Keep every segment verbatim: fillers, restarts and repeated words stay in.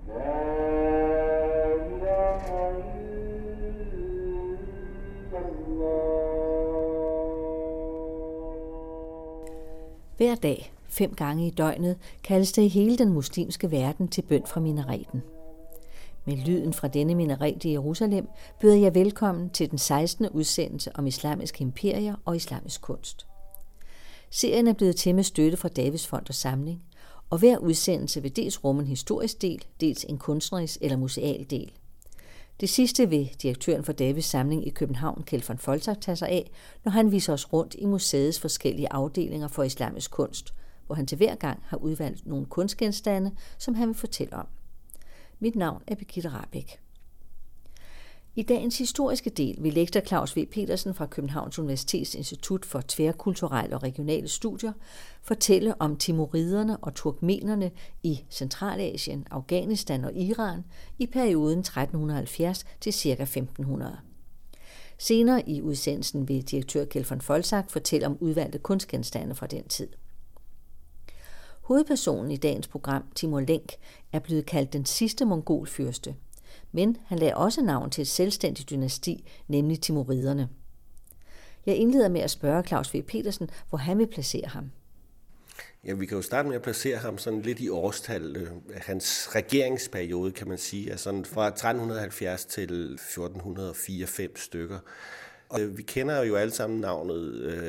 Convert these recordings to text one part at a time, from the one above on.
Hver dag, fem gange i døgnet, kaldes det i hele den muslimske verden til bøn fra minareten. Med lyden fra denne minaret i Jerusalem byder jeg velkommen til den sekstende udsendelse om islamiske imperier og islamisk kunst. Serien er blevet til med støtte fra Davids Fond og Samling, og hver udsendelse vil dels rumme en historisk del, dels en kunstnerisk eller museal del. Det sidste vil direktøren for Davids Samling i København, Kjeld von Foltach, tage sig af, når han viser os rundt i museets forskellige afdelinger for islamisk kunst, hvor han til hver gang har udvalgt nogle kunstgenstande, som han vil fortælle om. Mit navn er Birgitte Rahbek. I dagens historiske del vil lektor Claus V. Petersen fra Københavns Universitets Institut for Tværkulturelle og Regionale Studier fortælle om timuriderne og turkmenerne i Centralasien, Afghanistan og Iran i perioden tretten halvfjerds til ca. femten hundrede. Senere i udsendelsen vil direktør Kjeld von Foltach fortælle om udvalgte kunstgenstande fra den tid. Hovedpersonen i dagens program, Timur Lenk, er blevet kaldt den sidste mongolfyrste, men han lagde også navn til et selvstændigt dynasti, nemlig timuriderne. Jeg indleder med at spørge Claus V. Petersen, hvor han vil placere ham. Ja, vi kan jo starte med at placere ham sådan lidt i årstal. Hans regeringsperiode, kan man sige, er sådan fra tretten halvfjerds til fjorten hundrede og fire til fem stykker. Og vi kender jo alle sammen navnet, øh,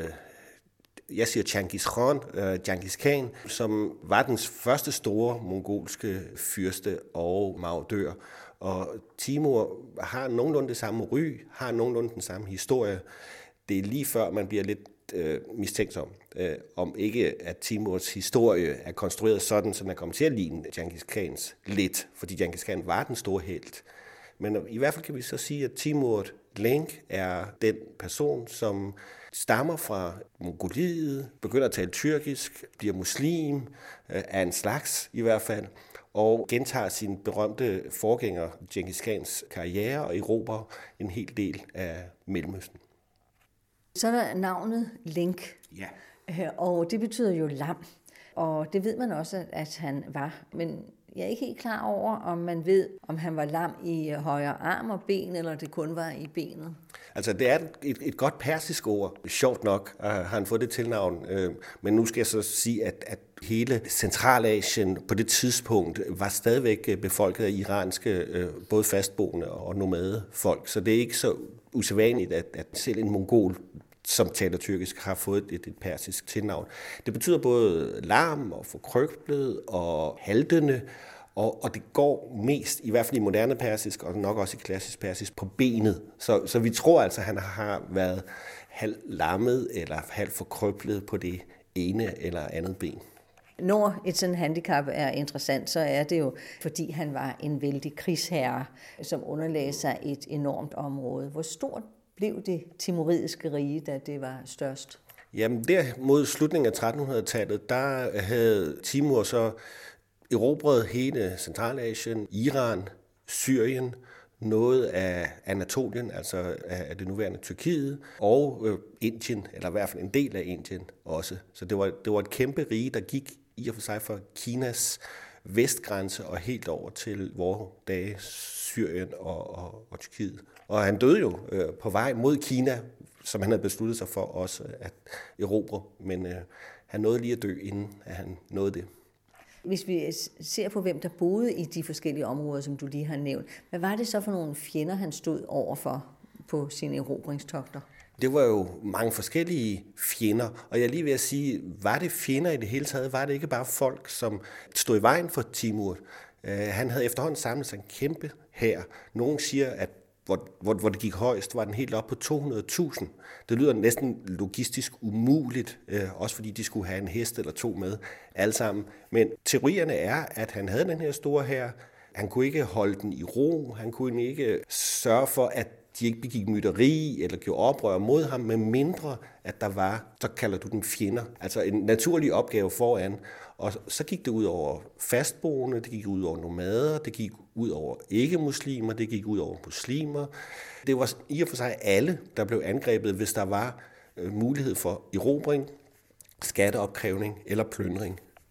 jeg siger Genghis Khan, øh, Genghis Khan, som var den første store mongolske fyrste og marodør. Og Timur har nogenlunde det samme ry, har nogenlunde den samme historie. Det er lige før, man bliver lidt øh, mistænksom, øh, om ikke at Timurs historie er konstrueret sådan, så man kommer til at ligne Genghis Khans lidt, fordi Genghis Khan var den store helt. Men i hvert fald kan vi så sige, at Timur Lenk er den person, som stammer fra Mongoliet, begynder at tale tyrkisk, bliver muslim, øh, er en slags i hvert fald, og gentager sin berømte forgænger Genghis Khans karriere og erobrer en hel del af Mellemøsten. Så er der navnet Lenk, ja. Og det betyder jo lam, og det ved man også, at han var. Men jeg er ikke helt klar over, om man ved, om han var lam i højre arm og ben, eller det kun var i benet. Altså, det er et, et godt persisk ord. Sjovt nok har han fået det tilnavn. Men nu skal jeg så sige, at, at hele Centralasien på det tidspunkt var stadigvæk befolket af iranske, både fastboende og nomadefolk. Så det er ikke så usædvanligt, at, at selv en mongol, som taler tyrkisk, har fået et, et persisk tilnavn. Det betyder både lam og forkrøblet og haltende, og, og det går mest, i hvert fald i moderne persisk, og nok også i klassisk persisk, på benet. Så, så vi tror altså, at han har været halv lammet eller halv forkrøblet på det ene eller andet ben. Når et sådan handicap er interessant, så er det jo, fordi han var en vældig krigsherre, som underlagde sig et enormt område. Hvor stort blev det timuridiske rige, da det var størst? Jamen, der mod slutningen af tretten hundrede-tallet, der havde Timur så erobret hele Centralasien, Iran, Syrien, noget af Anatolien, altså af det nuværende Tyrkiet, og øh, Indien, eller i hvert fald en del af Indien også. Så det var, det var et kæmpe rige, der gik i og for sig fra Kinas vestgrænse og helt over til vores dage Syrien og, og, og Tyrkiet. Og han døde jo øh, på vej mod Kina, som han havde besluttet sig for også at erobre, men øh, han nåede lige at dø, inden at han nåede det. Hvis vi ser på, hvem der boede i de forskellige områder, som du lige har nævnt, hvad var det så for nogle fjender, han stod overfor på sine erobringstogter? Det var jo mange forskellige fjender, og jeg er lige ved at sige, var det fjender i det hele taget? Var det ikke bare folk, som stod i vejen for Timur? Uh, han havde efterhånden samlet sig en kæmpe hær. Nogle siger, at hvor, hvor, hvor det gik højst, var den helt op på to hundrede tusind. Det lyder næsten logistisk umuligt, øh, også fordi de skulle have en hest eller to med, alle sammen. Men teorierne er, at han havde den her store hær. Han kunne ikke holde den i ro. Han kunne ikke sørge for, at de ikke begik mytteri eller gjorde oprør mod ham, med mindre at der var, så kalder du dem fjender, altså en naturlig opgave foran. Og så gik det ud over fastboende, det gik ud over nomader, det gik ud over ikke-muslimer, det gik ud over muslimer. Det var i og for sig alle, der blev angrebet, hvis der var mulighed for erobring, skatteopkrævning eller plyndring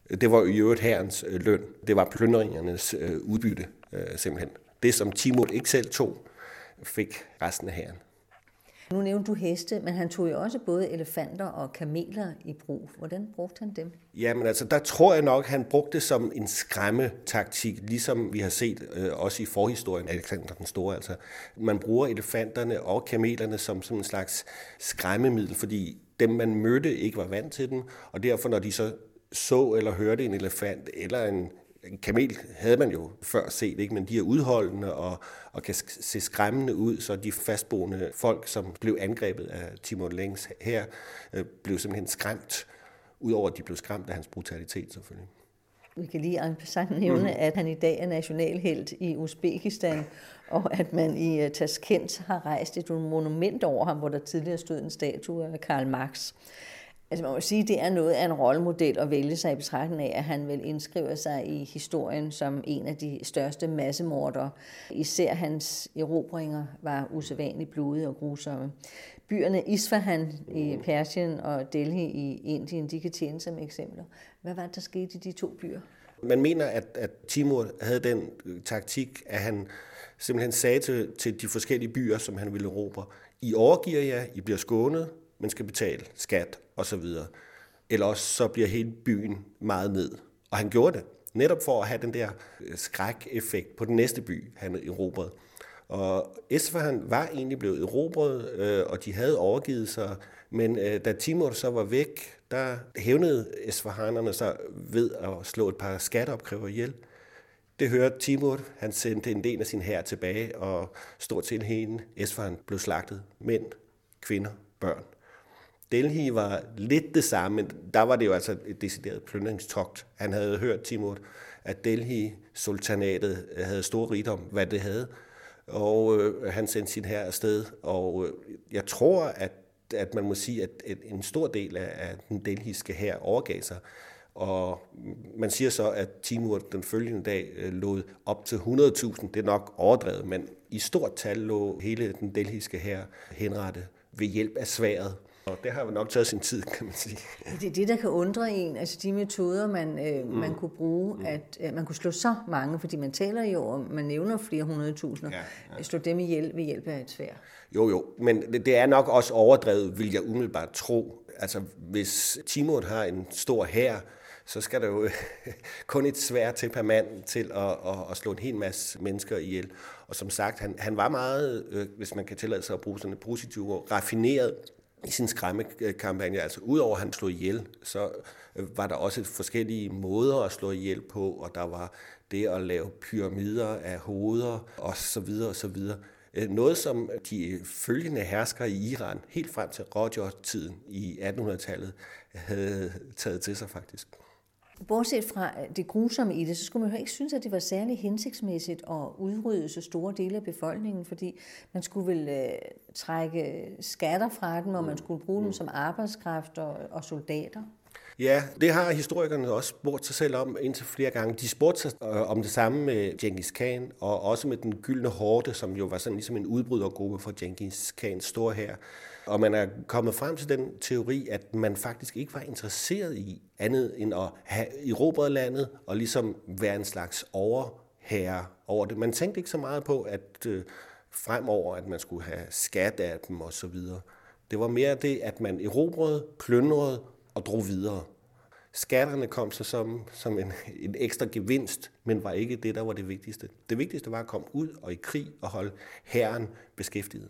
Det var i øvrigt hærens løn. Det var plyndringernes udbytte simpelthen. Det, som Timur ikke selv tog, fik resten af hæren. Nu nævnte du heste, men han tog jo også både elefanter og kameler i brug. Hvordan brugte han dem? Jamen altså, der tror jeg nok, han brugte det som en skræmmetaktik, ligesom vi har set øh, også i forhistorien af Alexander den Store. Altså, man bruger elefanterne og kamelerne som, som en slags skræmmemiddel, fordi dem, man mødte, ikke var vant til dem, og derfor, når de så så eller hørte en elefant eller en En kamel havde man jo før set, ikke? Men de er udholdende og, og kan se skræmmende ud, så de fastboende folk, som blev angrebet af Timur Lenks hær, blev simpelthen skræmt, udover at de blev skræmt af hans brutalitet selvfølgelig. Vi kan lige en passant nævne, mm. at han i dag er nationalhelt i Uzbekistan, og at man i Tashkent har rejst et monument over ham, hvor der tidligere stod en statue af Karl Marx. Altså man må sige, at det er noget af en rollemodel at vælge sig i betragtning af, at han vel indskriver sig i historien som en af de største massemordere. Især hans erobringer var usædvanligt blodige og grusomme. Byerne Isfahan i Persien og Delhi i Indien, de kan tjene som eksempler. Hvad var det, der skete i de to byer? Man mener, at, at Timur havde den taktik, at han simpelthen sagde til, til de forskellige byer, som han ville erobre, I overgiver jer, I bliver skånet, man skal betale skat og så videre. Eller også så bliver hele byen meget ned. Og han gjorde det, netop for at have den der skræk-effekt på den næste by, han erobrede. Og Isfahan var egentlig blevet erobret, og de havde overgivet sig, men da Timur så var væk, der hævnede isfahanerne sig ved at slå et par skatteopkrævere ihjel. Det hørte Timur, han sendte en del af sin hær tilbage, og stort set hele Isfahan blev slagtet. Mænd, kvinder, børn. Delhi var lidt det samme, men der var det jo altså et decideret plyndringstogt. Han havde hørt, Timur, at Delhi-sultanatet havde stor rigdom, hvad det havde, og øh, han sendte sin hær afsted, og øh, jeg tror, at, at man må sige, at, at en stor del af, af den delhiske hær overgav sig, og man siger så, at Timur den følgende dag øh, lod op til hundrede tusind, det er nok overdrevet, men i stort tal lå hele den delhiske hær henrette ved hjælp af sværdet. Og det har jo nok taget sin tid, kan man sige. Det er det, der kan undre en, altså de metoder, man, øh, mm. man kunne bruge, mm. at øh, man kunne slå så mange, fordi man taler jo om, man nævner flere hundrede tusinder, ja, ja. slå dem ihjel ved hjælp af et sværd. Jo, jo, men det er nok også overdrevet, vil jeg umiddelbart tro. Altså, hvis Timur har en stor hær, så skal der jo kun et sværd til per mand til at, at, at slå en hel masse mennesker ihjel. Og som sagt, han, han var meget, øh, hvis man kan tillade sig at bruge sådan et positivt ord, raffineret i sin skræmmekampagne. Altså udover at han slog ihjel, så var der også forskellige måder at slå ihjel på, og der var det at lave pyramider af hoveder, og så videre, og så videre. Noget, som de følgende herskere i Iran, helt frem til Roger-tiden i attenhundredetallet, havde taget til sig faktisk. Bortset fra det grusomme i det, så skulle man jo ikke synes, at det var særlig hensigtsmæssigt at udrydde så store dele af befolkningen, fordi man skulle vel øh, trække skatter fra dem, og man skulle bruge dem som arbejdskraft og, og soldater. Ja, det har historikerne også spurgt sig selv om indtil flere gange. De spurgte sig om det samme med Genghis Khan, og også med den gyldne horde, som jo var sådan ligesom en udbrydergruppe for Genghis Khans store hær. Og man er kommet frem til den teori, at man faktisk ikke var interesseret i andet end at have erobret landet og ligesom være en slags overherre over det. Man tænkte ikke så meget på, at øh, fremover, at man skulle have skat af dem og så videre. Det var mere det, at man erobrede, plyndrede og drog videre. Skatterne kom så som, som en, en ekstra gevinst, men var ikke det, der var det vigtigste. Det vigtigste var at komme ud og i krig og holde hæren beskæftiget.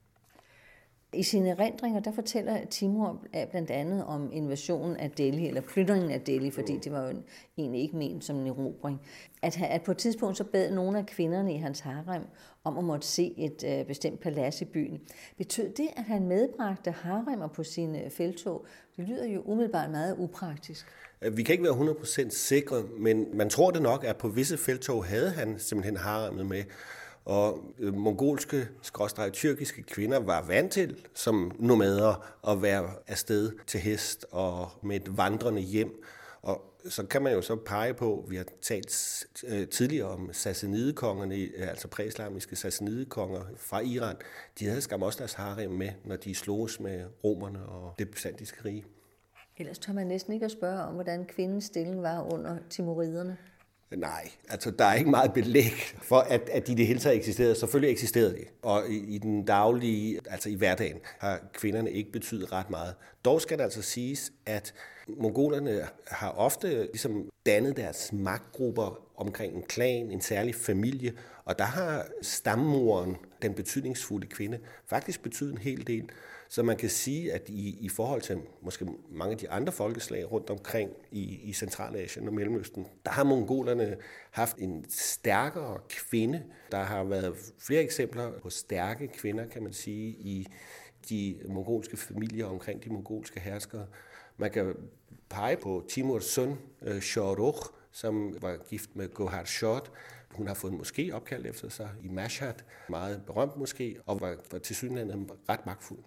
I sine erindringer, der fortæller Timur blandt andet om invasionen af Delhi, eller plyndringen af Delhi, fordi det var jo egentlig ikke ment som en erobring. At, at på et tidspunkt så bad nogle af kvinderne i hans harem om at måtte se et øh, bestemt palads i byen. Betød det, at han medbragte haremmer på sine felttog? Det lyder jo umiddelbart meget upraktisk. Vi kan ikke være hundrede procent sikre, men man tror det nok, at på visse felttog havde han simpelthen haremmet med. Og mongolske, skråstreg tyrkiske kvinder var vant til som nomader at være afsted til hest og med et vandrende hjem. Og så kan man jo så pege på, vi har talt tidligere om sassanidekongerne, altså præislamiske sassanidekonger fra Iran. De havde skam også deres harem med, når de sloges med romerne og det byzantinske rige. Ellers tør man næsten ikke at spørge om, hvordan kvindens stilling var under timuriderne. Nej, altså der er ikke meget belæg for, at, at de i det hele taget eksisterede. Selvfølgelig eksisterede de, og i, i den daglige, altså i hverdagen, har kvinderne ikke betydet ret meget. Dog skal det altså siges, at mongolerne har ofte ligesom dannet deres magtgrupper omkring en klan, en særlig familie, og der har stammoren, den betydningsfulde kvinde, faktisk betydet en hel del. Så man kan sige, at i, i forhold til måske mange af de andre folkeslag rundt omkring i, i Centralasien og Mellemøsten, der har mongolerne haft en stærkere kvinde. Der har været flere eksempler på stærke kvinder, kan man sige, i de mongolske familier omkring de mongolske herskere. Man kan pege på Timurs søn, Shahrukh, som var gift med Gohar Shah. Hun har fået en moské opkaldt efter sig i Mashhad, meget berømt moské, og var, var tilsyneladende ret magtfuld.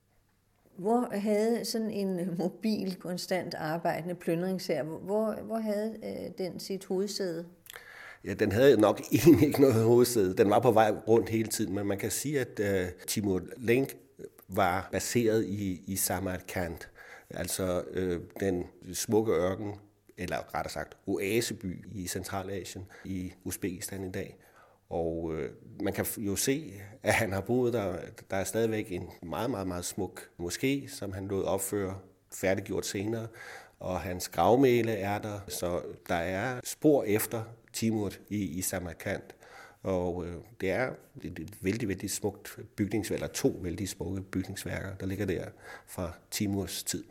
Hvor havde sådan en mobil, konstant arbejdende plyndringshær, hvor, hvor havde øh, den sit hovedsæde? Ja, den havde nok egentlig ikke noget hovedsæde. Den var på vej rundt hele tiden, men man kan sige, at øh, Timur Lenk var baseret i, i Samarkand, altså øh, den smukke ørken, eller rettere sagt oaseby i Centralasien, i Uzbekistan i dag. Og øh, man kan jo se, at han har boet der. Der er stadigvæk en meget, meget, meget smuk moské, som han lod opføre, færdiggjort senere. Og hans gravmæle er der, så der er spor efter Timur i, i Samarkand. Og øh, det er et, et vældig, vældig smukt bygningsværk, eller to vældig smukke bygningsværker, der ligger der fra Timurs tid.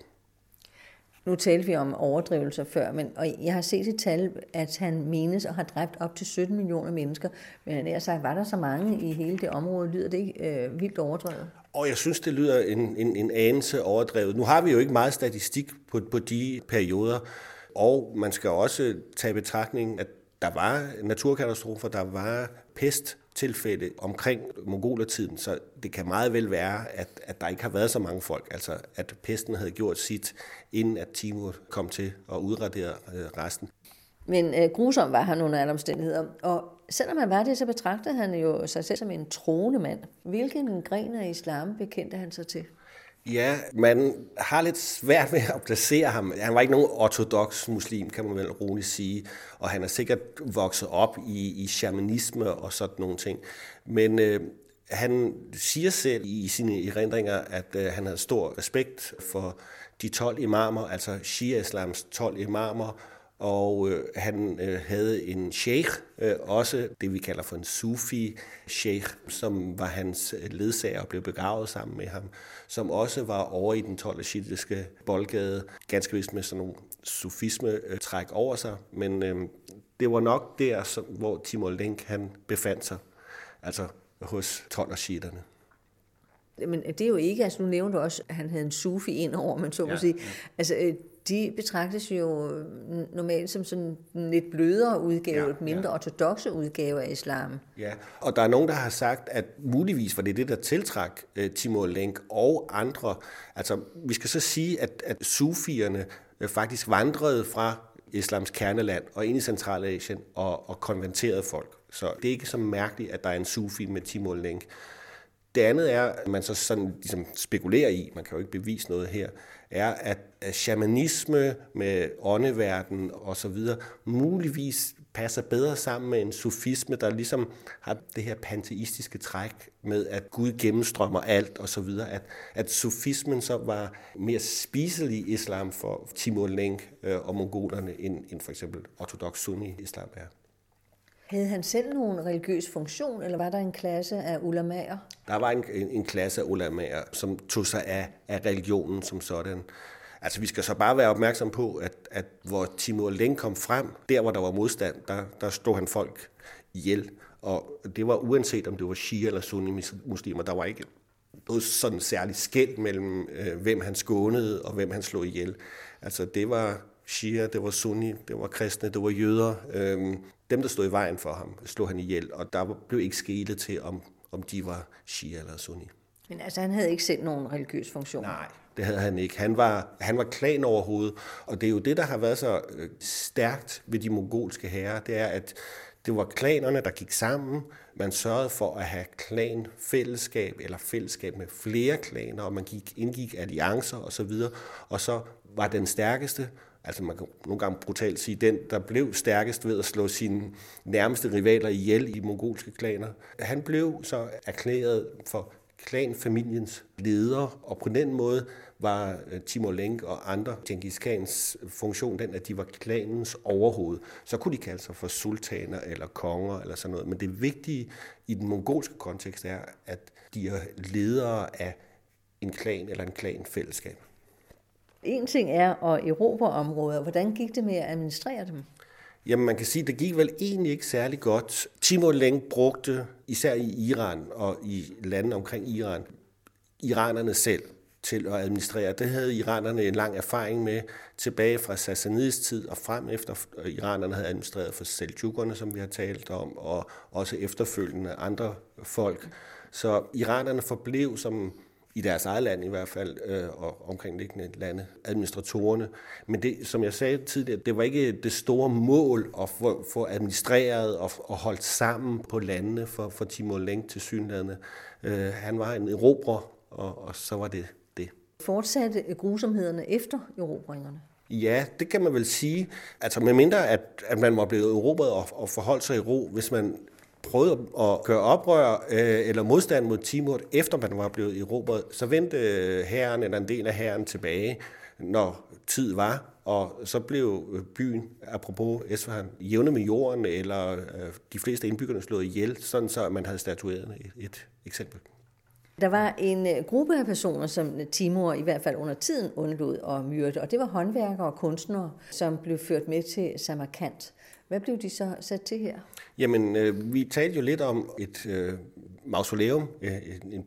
Nu talte vi om overdrivelser før, men, og jeg har set et tal, at han menes at have dræbt op til sytten millioner mennesker. Men han har sagt, var der så mange i hele det område? Lyder det ikke øh, vildt overdrevet? Og jeg synes, det lyder en, en, en anelse overdrevet. Nu har vi jo ikke meget statistik på, på de perioder, og man skal også tage i betragtning, at der var naturkatastrofer, der var pesttilfælde omkring mongolertiden, så det kan meget vel være, at, at der ikke har været så mange folk, altså at pesten havde gjort sit, inden at Timur kom til at udradere resten. Men øh, grusom var han under alle omstændigheder, og selvom han var det, så betragtede han jo sig selv som en troende mand. Hvilken gren af islam bekendte han sig til? Ja, man har lidt svært ved at placere ham. Han var ikke nogen ortodox muslim, kan man vel roligt sige, og han er sikkert vokset op i, i shamanisme og sådan nogle ting. Men øh, han siger selv i sine erindringer, at øh, han havde stor respekt for de tolv imamer, altså Shia-islams tolv imamer, og øh, han øh, havde en sheikh, øh, også det vi kalder for en sufi-sheikh, som var hans ledsager og blev begravet sammen med ham, som også var over i den tolvte shiitiske boldgade, ganske vist med sådan nogle sufisme-træk over sig, men øh, det var nok der, som, hvor Timur Lenk han befandt sig, altså hos tolv shiiterne. Men det er jo ikke, altså nu nævnte du også, at han havde en sufi indover, man så må ja, sige. Ja. Altså, de betragtes jo normalt som sådan en lidt blødere udgave, ja, et mindre ja. ortodoxe udgave af islam. Ja, og der er nogen, der har sagt, at muligvis var det det, der tiltrak uh, Timur Lenk og andre. Altså, vi skal så sige, at, at sufierne uh, faktisk vandrede fra islams kerneland og ind i Centralasien og, og konverterede folk. Så det er ikke så mærkeligt, at der er en sufi med Timur Lenk. Det andet er, at man så sådan ligesom spekulerer i, man kan jo ikke bevise noget her, er, at shamanisme med åndeverden og så videre muligvis passer bedre sammen med en sufisme, der ligesom har det her panteistiske træk med, at Gud gennemstrømmer alt og så videre. At, at sufismen så var mere spiselig islam for Timur Lenk og mongolerne, end, end for eksempel ortodox sunni islam er. Havde han selv nogen religiøs funktion, eller var der en klasse af ulamaer? Der var en, en, en klasse af ulamaer, som tog sig af, af religionen som sådan. Altså vi skal så bare være opmærksom på, at, at hvor Timur Lenk kom frem, der hvor der var modstand, der, der stod han folk ihjel. Og det var uanset om det var shia eller sunni muslimer, der var ikke noget sådan særligt skel mellem øh, hvem han skånede og hvem han slog ihjel. Altså det var shia, det var sunni, det var kristne, det var jøder. Øhm, dem, der stod i vejen for ham, slog han ihjel, og der blev ikke skelet til, om, om de var shia eller sunni. Men altså, han havde ikke selv nogen religiøs funktion? Nej, det havde han ikke. Han var, han var klan overhovedet, og det er jo det, der har været så stærkt ved de mongolske herrer, det er, at Det var klanerne, der gik sammen. Man sørgede for at have klanfællesskab eller fællesskab med flere klaner, og man gik, indgik alliancer osv. Og så var den stærkeste, altså man kan nogle gange brutalt sige, den, der blev stærkest ved at slå sine nærmeste rivaler ihjel i mongolske klaner. Han blev så erklæret for klanfamiliens leder, og på den måde var Timur-Lenk og andre Djengis Khans funktion den, at de var klanens overhoved. Så kunne de kalde sig for sultaner eller konger eller sådan noget. Men det vigtige i den mongolske kontekst er, at de er ledere af en klan eller en klanfællesskab. En ting er at erobre områder. Hvordan gik det med at administrere dem? Jamen man kan sige, at det gik vel egentlig ikke særlig godt. Timur-Lenk brugte, især i Iran og i lande omkring Iran, iranerne selv til at administrere. Det havde iranerne en lang erfaring med tilbage fra Sassanids tid og frem efter iranerne havde administreret for seldsjukkerne, som vi har talt om, og også efterfølgende andre folk. Så iranerne forblev som i deres eget land i hvert fald, øh, og omkringliggende lande, administratorerne. Men det, som jeg sagde tidligere, det var ikke det store mål at få, få administreret og, og holdt sammen på landene for, for Timur-Lenk til synlædende. Øh, han var en erobrer, og, og så var det det. Fortsatte grusomhederne efter erobringerne? Ja, det kan man vel sige. Altså med mindre, at, at man var blevet erobret og, og forholdt sig i ro, hvis man prøvede at gøre oprør øh, eller modstand mod Timur, efter man var blevet erobret, så vendte hæren eller en del af hæren tilbage, når tid var, og så blev byen, apropos Esfahan, jævnet med jorden, eller øh, de fleste indbyggerne slået ihjel, sådan så man havde statueret et, et eksempel. Der var en gruppe af personer, som Timur i hvert fald under tiden undlod at myrde, og det var håndværkere og kunstnere, som blev ført med til Samarkand. Hvad blev de så sat til her? Jamen, øh, vi talte jo lidt om et øh, mausoleum, øh, en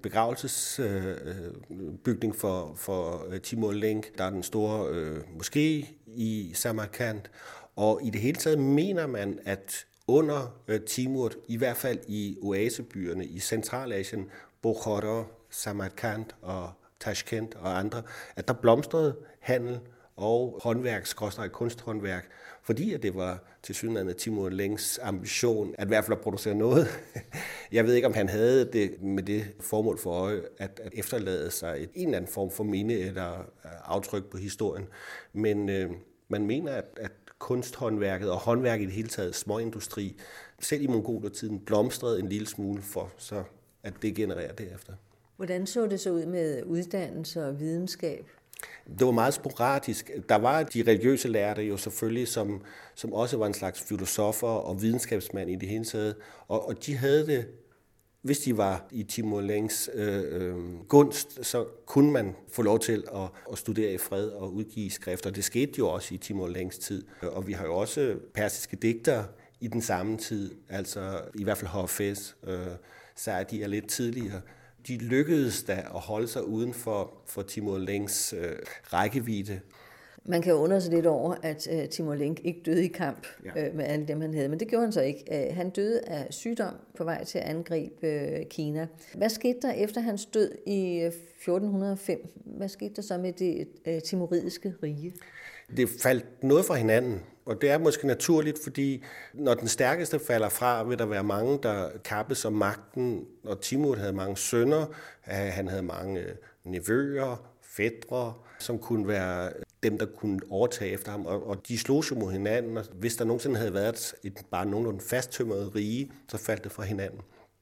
begravelsesbygning øh, for, for Timur-Lenk. Der er den store øh, moské i Samarkand, og i det hele taget mener man, at under øh, Timur, i hvert fald i oasebyerne i Centralasien, Bukhara, Samarkand og Tashkent og andre, at der blomstrede handel og håndværk, skråstreg kunsthåndværk, fordi at det var tilsyneladende Timur-Lenks ambition at i hvert fald at producere noget. Jeg ved ikke, om han havde det med det formål for øje, at, at efterlade sig et, en eller anden form for minde eller aftryk på historien. Men øh, man mener, at, at kunsthåndværket og håndværket i det hele taget, småindustri, selv i mongolertiden blomstrede en lille smule for, så at det genererer derefter. Hvordan så det så ud med uddannelse og videnskab? Det var meget sporadisk. Der var de religiøse lærte jo selvfølgelig, som, som også var en slags filosofer og videnskabsmænd i det hele taget. Og, og de havde det, hvis de var i Timur-Lenks øh, øh, gunst, så kunne man få lov til at, at studere i fred og udgive skrifter. Det skete jo også i Timur-Lenks tid. Og vi har jo også persiske digtere i den samme tid, altså i hvert fald Hafez, øh, Sa'di er lidt tidligere. De lykkedes da at holde sig uden for, for Timur-Lenks øh, rækkevidde. Man kan undre sig lidt over, at uh, Timur-Lenk ikke døde i kamp ja. øh, med alle dem, han havde, men det gjorde han så ikke. Uh, han døde af sygdom på vej til at angribe uh, Kina. Hvad skete der efter hans død i fjorten hundrede og fem? Hvad skete der så med det uh, timuridiske rige? Det faldt noget fra hinanden, og det er måske naturligt, fordi når den stærkeste falder fra, vil der være mange, der kappes om magten, og Timur havde mange sønner, han havde mange nevøer, fætre, som kunne være dem, der kunne overtage efter ham, og de slog sig mod hinanden, og hvis der nogensinde havde været et bare nogenlunde fasttømret rige, så faldt det fra hinanden.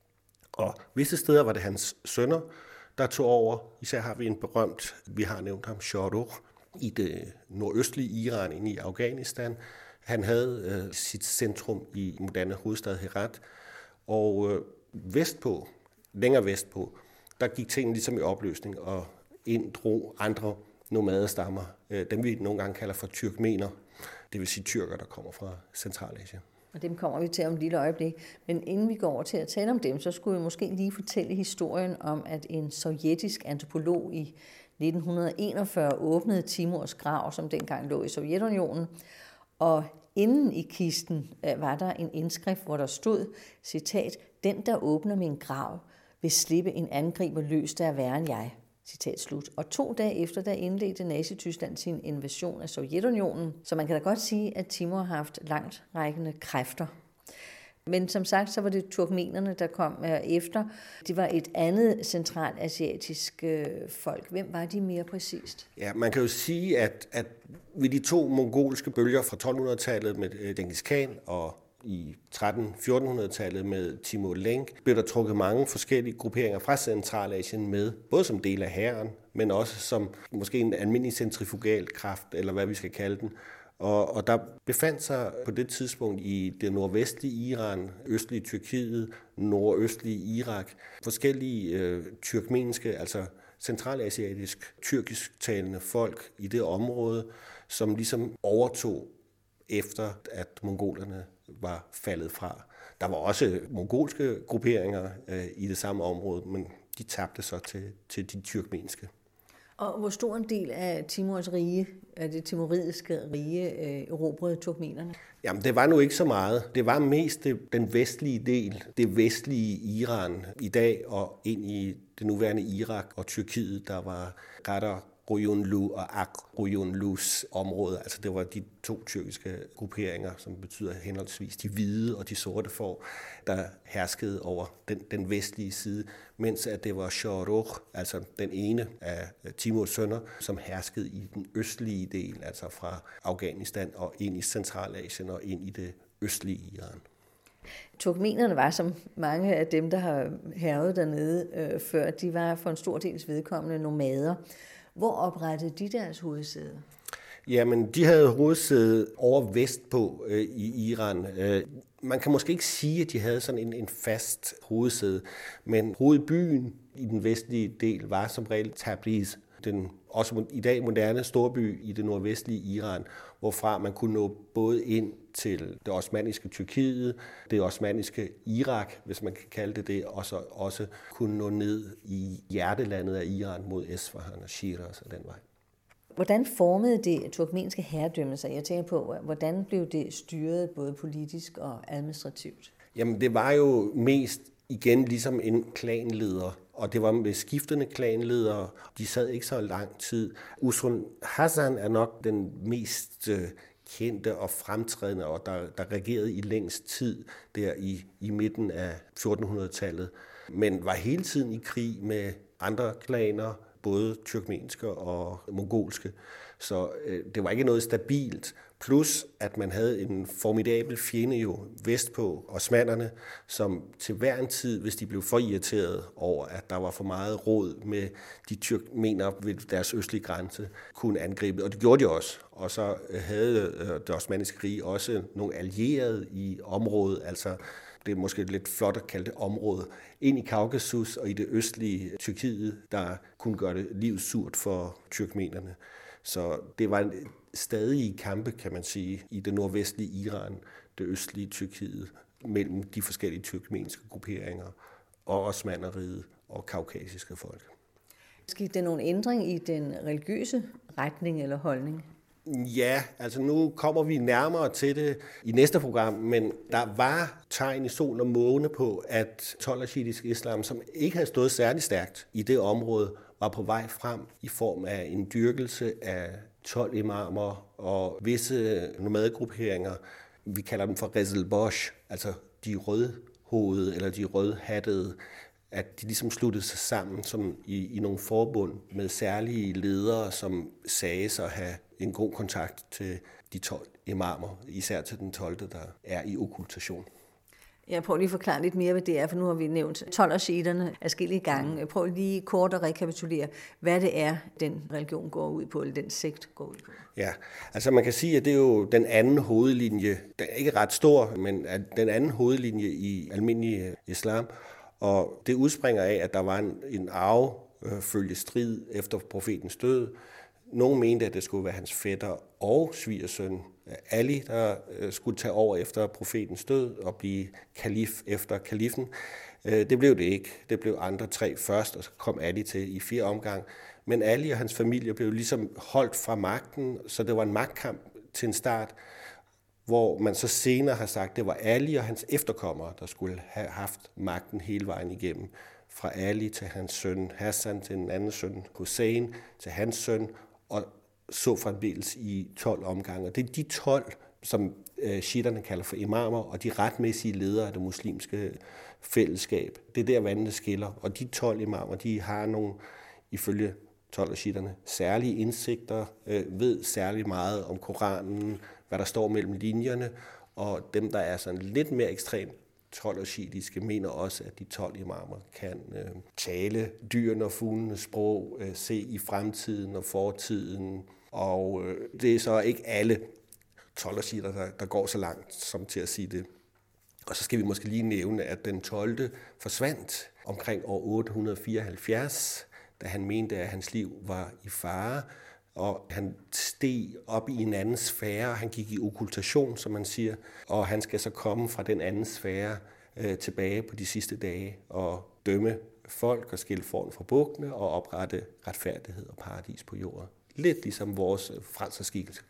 Og visse steder var det hans sønner, der tog over. Især har vi en berømt, vi har nævnt ham, Shah Rukh, i det nordøstlige Iran, inde i Afghanistan. Han havde øh, sit centrum i moderne hovedstad Herat, og øh, vestpå, længere vestpå, der gik tingene ligesom i opløsning, og ind drog andre nomadestammer, øh, dem vi nogle gange kalder for tyrkmener, det vil sige tyrker, der kommer fra Centralasien. Og dem kommer vi til om et lille øjeblik. Men inden vi går over til at tale om dem, så skulle vi måske lige fortælle historien om, at en sovjetisk antropolog i nitten enogfyrre åbnede Timurs grav, som dengang lå i Sovjetunionen. Og inden i kisten var der en indskrift, hvor der stod, citat, den der åbner min grav, vil slippe en angriber løs, der er værre end jeg. Citat slut. Og to dage efter, der indledte Nazi-Tyskland sin invasion af Sovjetunionen. Så man kan da godt sige, at Timur har haft langt rækkende kræfter. Men som sagt, så var det turkmenerne, der kom efter. Det var et andet centralasiatisk folk. Hvem var de mere præcist? Ja, man kan jo sige, at, at ved de to mongolske bølger fra tolv-hundrede-tallet med Djengis Khan og i tretten-fjorten-hundrede-tallet med Timur Lenk, blev der trukket mange forskellige grupperinger fra Centralasien med, både som del af hæren, men også som måske en almindelig centrifugal kraft, eller hvad vi skal kalde den. Og, og der befandt sig på det tidspunkt i det nordvestlige Iran, østlige Tyrkiet, nordøstlige Irak, forskellige øh, tyrkmenske, altså centralasiatisk, tyrkisk-talende folk i det område, som ligesom overtog efter, at mongolerne var faldet fra. Der var også mongolske grupperinger øh, i det samme område, men de tabte så til, til de tyrkmenske. Og hvor stor en del af Timurs rige, af det timuridiske rige, øh, erobrede turkmenerne? Jamen, det var nu ikke så meget. Det var mest det, den vestlige del, det vestlige Iran i dag, og ind i det nuværende Irak og Tyrkiet, der var Qatar, Ruyunlu og Ak-Ruyunlus område. Altså det var de to tyrkiske grupperinger, som betyder henholdsvis de hvide og de sorte får, der herskede over den, den vestlige side, mens at det var Shah Rukh, altså den ene af Timurs sønner, som herskede i den østlige del, altså fra Afghanistan og ind i Centralasien og ind i det østlige Iran. Turkmenerne var, som mange af dem, der har hærget dernede øh, før, de var for en stor dels vedkommende nomader. Hvor oprettede de deres hovedsæde? Jamen, de havde hovedsæde over vestpå øh, i Iran. Øh, man kan måske ikke sige, at de havde sådan en, en fast hovedsæde, men hovedbyen i den vestlige del var som regel Tabriz, den også i dag moderne storby i det nordvestlige Iran, hvorfra man kunne nå både ind til det osmanniske Tyrkiet, det osmanniske Irak, hvis man kan kalde det det, og så også kunne nå ned i hjertelandet af Iran mod Esfahan og Shiraz og den vej. Hvordan formede det turkmenske herredømme sig? Jeg tænker på, hvordan blev det styret både politisk og administrativt? Jamen, det var jo mest igen ligesom en klanleder, og det var med skiftende klanledere. De sad ikke så lang tid. Usman Hassan er nok den mest kendte og fremtrædende, og der, der regerede i længst tid der i, i midten af fjortenhundredetallet, men var hele tiden i krig med andre klaner, både tyrkmenske og mongolske. Så øh, det var ikke noget stabilt. Plus at man havde en formidabel fjende jo vestpå, osmannerne, som til hver en tid, hvis de blev for irriteret over, at der var for meget råd med de tyrkmener ved deres østlige grænse, kunne angribe. Og det gjorde de også. Og så havde det osmanniske rige også nogle allierede i området, altså det er måske lidt flot at kalde det område, ind i Kaukasus og i det østlige Tyrkiet, der kunne gøre det livet surt for tyrkmenerne. Så det var en stadige kampe, kan man sige, i det nordvestlige Iran, det østlige Tyrkiet, mellem de forskellige tyrkmenske grupperinger og osmanneriget og kaukasiske folk. Skete der nogen ændring i den religiøse retning eller holdning? Ja, altså nu kommer vi nærmere til det i næste program, men der var tegn i sol og måne på, at tolv-shiitisk islam, som ikke havde stået særlig stærkt i det område, var på vej frem i form af en dyrkelse af tolv imamer og visse nomadegrupperinger. Vi kalder dem for Rezelbosh, altså de rødhovede eller de rødhattede, at de ligesom sluttede sig sammen som i, i nogle forbund med særlige ledere, som sagde sig at have en god kontakt til de tolv imamer, især til den tolvte, der er i okkultation. Jeg prøver lige at forklare lidt mere, hvad det er, for nu har vi nævnt tolv-shiiterne adskillige gange. Jeg prøver lige kort at rekapitulere, hvad det er, den religion går ud på, eller den sekt går ud på. Ja, altså man kan sige, at det er jo den anden hovedlinje. Den er ikke ret stor, men den anden hovedlinje i almindelig islam. Og det udspringer af, at der var en, en arvefølge strid efter profetens død. Nogle mente, at det skulle være hans fætter og svigersøn Ali, der skulle tage over efter profetens død og blive kalif efter kalifen. Det blev det ikke. Det blev andre tre først, og så kom Ali til i fire omgang. Men Ali og hans familie blev ligesom holdt fra magten, så det var en magtkamp til en start, hvor man så senere har sagt, at det var Ali og hans efterkommere, der skulle have haft magten hele vejen igennem. Fra Ali til hans søn Hassan, til den anden søn Hussein, til hans søn, og så fremdeles i tolv omgange. Og det er de tolv som øh, shiitterne kalder for imamer, og de retmæssige ledere af det muslimske fællesskab. Det er der, vandene skiller. Og de tolv imamer, de har nogle, ifølge tolv af shiitterne, særlige indsigter, øh, ved særlig meget om Koranen, hvad der står mellem linjerne, og dem, der er sådan lidt mere ekstremt tolv og shiitiske, mener også, at de tolv imamer kan øh, tale dyrene og fuglenes sprog, øh, se i fremtiden og fortiden, og øh, det er så ikke alle tolv og shiitter, der, der går så langt som til at sige det. Og så skal vi måske lige nævne, at den tolvte forsvandt omkring år otte hundrede fireoghalvfjerds, da han mente, at hans liv var i fare, og han steg op i en anden sfære, han gik i okkultation, som man siger, og han skal så komme fra den anden sfære øh, tilbage på de sidste dage og dømme folk og skille foran fra bukkene og oprette retfærdighed og paradis på jorden. Lidt ligesom vores frelserskikkelse.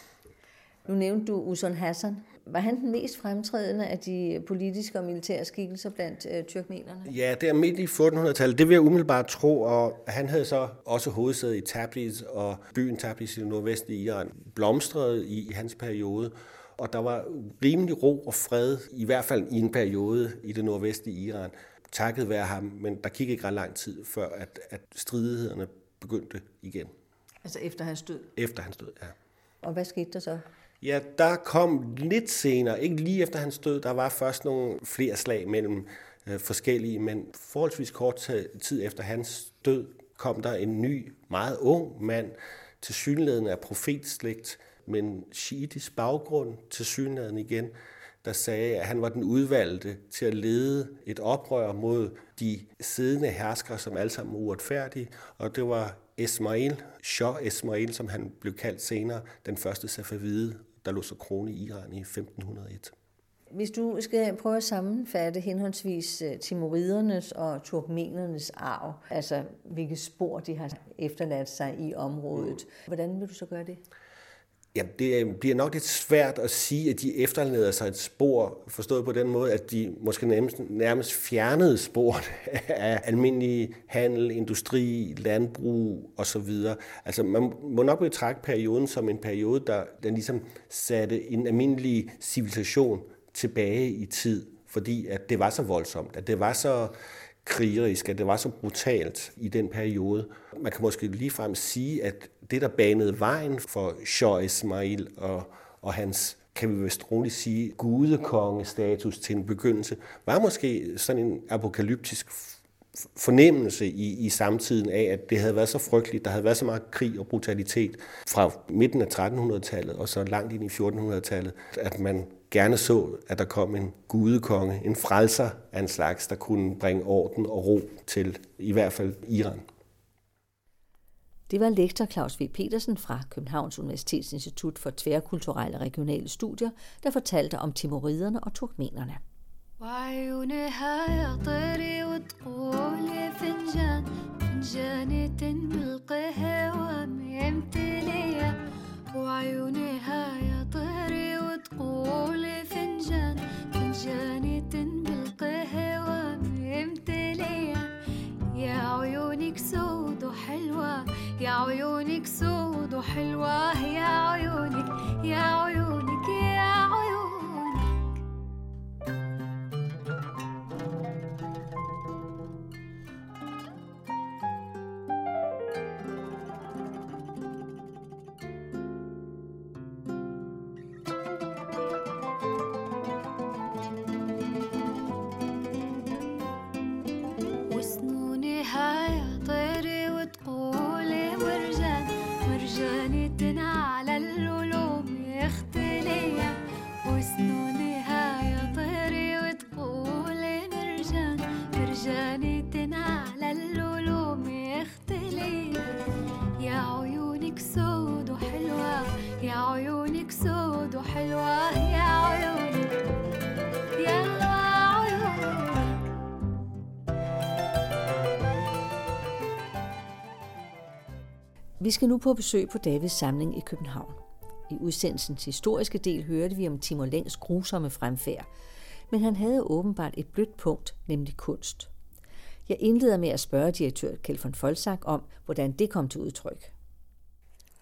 Nu nævnte du Uzun Hasan. Var han den mest fremtrædende af de politiske og militære skikkelser blandt øh, tyrkmenerne? Ja, det er midt i fjortenhundredetallet. Det vil jeg umiddelbart tro, og han havde så også hovedsæde i Tabriz, og byen Tabriz i det nordvestlige Iran blomstrede i, i hans periode. Og der var rimelig ro og fred, i hvert fald i en periode i det nordvestlige Iran, takket være ham, men der gik ikke ret lang tid, før at, at stridighederne begyndte igen. Altså efter hans død? Efter hans død, ja. Og hvad skete der så? Ja, der kom lidt senere, ikke lige efter hans død, der var først nogle flere slag mellem øh, forskellige, men forholdsvis kort tid efter hans død kom der en ny, meget ung mand, tilsyneladende af profetslægt, men shiitisk baggrund, tilsyneladende igen, der sagde, at han var den udvalgte til at lede et oprør mod de siddende herskere, som alle sammen var uretfærdige, og det var Ismail, Shah Ismail, som han blev kaldt senere, den første safavide, der lå så krone i Iran i femten hundrede og et. Hvis du skal prøve at sammenfatte henholdsvis timuridernes og turkmenernes arv, altså hvilke spor de har efterladt sig i området, hvordan vil du så gøre det? Ja, det bliver nok lidt svært at sige, at de efterlader sig et spor, forstået på den måde, at de måske nærmest, nærmest fjernede spor af almindelig handel, industri, landbrug osv. Altså man må nok betragte perioden som en periode, der, der ligesom satte en almindelig civilisation tilbage i tid, fordi at det var så voldsomt, at det var så krigerisk, at det var så brutalt i den periode. Man kan måske ligefrem sige, at det, der banede vejen for Shah Ismail og, og hans, kan vi vist roligt sige, gudekongestatus til en begyndelse, var måske sådan en apokalyptisk fornemmelse i, i samtiden af, at det havde været så frygteligt, der havde været så meget krig og brutalitet fra midten af trettenhundredetallet og så langt ind i fjortenhundredetallet, at man gerne så, at der kom en gudekonge, en frelser af en slags, der kunne bringe orden og ro til i hvert fald Iran. Det var lektor Claus V. Petersen fra Københavns Universitets Institut for Tværkulturelle Regionale Studier, der fortalte om timuriderne og turkmenerne. قولي فنجان فنجاني بالقهوة ممتلية يا عيونك سود وحلوة يا عيونك سود وحلوة يا عيونك يا عيونك يا عيونك Vi skal nu på besøg på Davids samling i København. I udsendelsens historiske del hørte vi om Timur Lenks grusomme fremfærd, men han havde åbenbart et blødt punkt, nemlig kunst. Jeg indleder med at spørge direktør Kjeld von Folsack om, hvordan det kom til udtryk.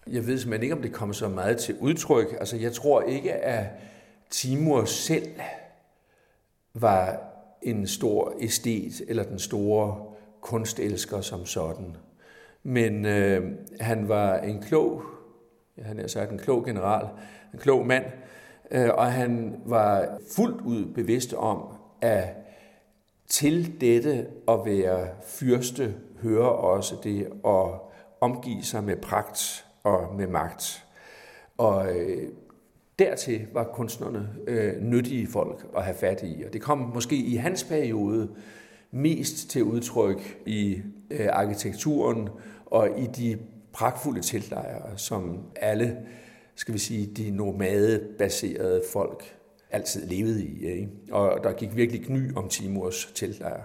Jeg ved simpelthen ikke, om det kommer så meget til udtryk. Altså, jeg tror ikke, at Timur selv var en stor æstet eller den store kunstelsker som sådan. Men øh, han var en klog, ja, han er sagt en klog general, en klog mand, øh, og han var fuldt ud bevidst om, at til dette at være fyrste hører også det at omgive sig med pragt og med magt. Og øh, dertil var kunstnerne øh, nyttige folk at have fat i, og det kom måske i hans periode mest til udtryk i øh, arkitekturen og i de pragtfulde teltlejre, som alle, skal vi sige, de nomadebaserede folk altid levede i. Ikke? Og der gik virkelig gny om Timurs teltlejre.